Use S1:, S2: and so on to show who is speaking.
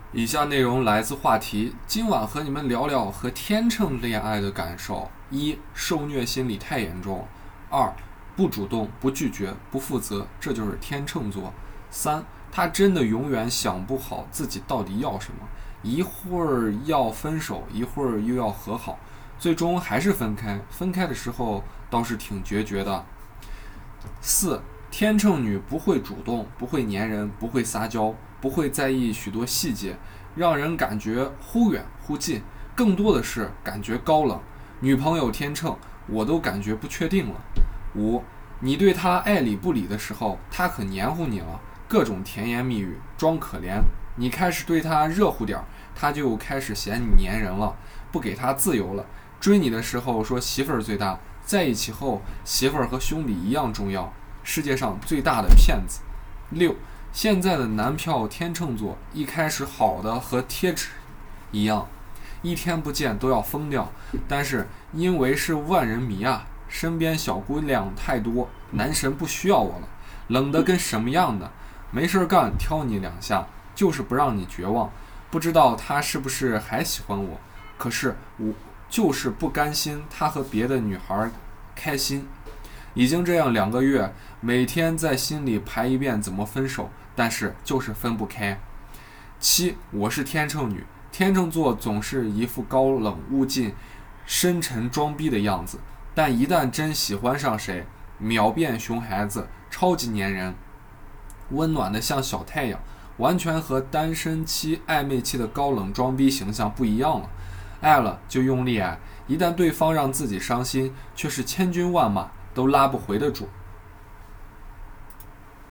S1: 以下内容来自话题，今晚和你们聊聊和天秤恋爱的感受：一、受虐心理太严重；二、不主动、不拒绝、不负责，这就是天秤座；三、他真的永远想不好自己到底要什么，一会儿要分手，一会儿又要和好，最终还是分开。分开的时候倒是挺决绝的。四、天秤女不会主动，不会粘人，不会撒娇，不会在意许多细节，让人感觉忽远忽近，更多的是感觉高冷。女朋友天秤，我都感觉不确定了。五、你对她爱理不理的时候，她可黏糊你了，各种甜言蜜语，装可怜。你开始对她热乎点，她就开始嫌你粘人了，不给她自由了。追你的时候说媳妇儿最大，在一起后媳妇儿和兄弟一样重要，世界上最大的骗子。六、现在的男票天秤座一开始好的和贴纸一样，一天不见都要疯掉，但是因为是万人迷啊，身边小姑娘太多，男神不需要我了，冷得跟什么样的，没事干挑你两下，就是不让你绝望。不知道他是不是还喜欢我，可是我就是不甘心他和别的女孩开心。已经这样2个月，每天在心里排一遍怎么分手，但是就是分不开。七、我是天秤女，天秤座总是一副高冷无尽、深沉装逼的样子，但一旦真喜欢上谁，秒变熊孩子，超级粘人，温暖的像小太阳，完全和单身期、暧昧期的高冷装逼形象不一样了。爱了就用力爱，一旦对方让自己伤心，却是千军万马都拉不回的主。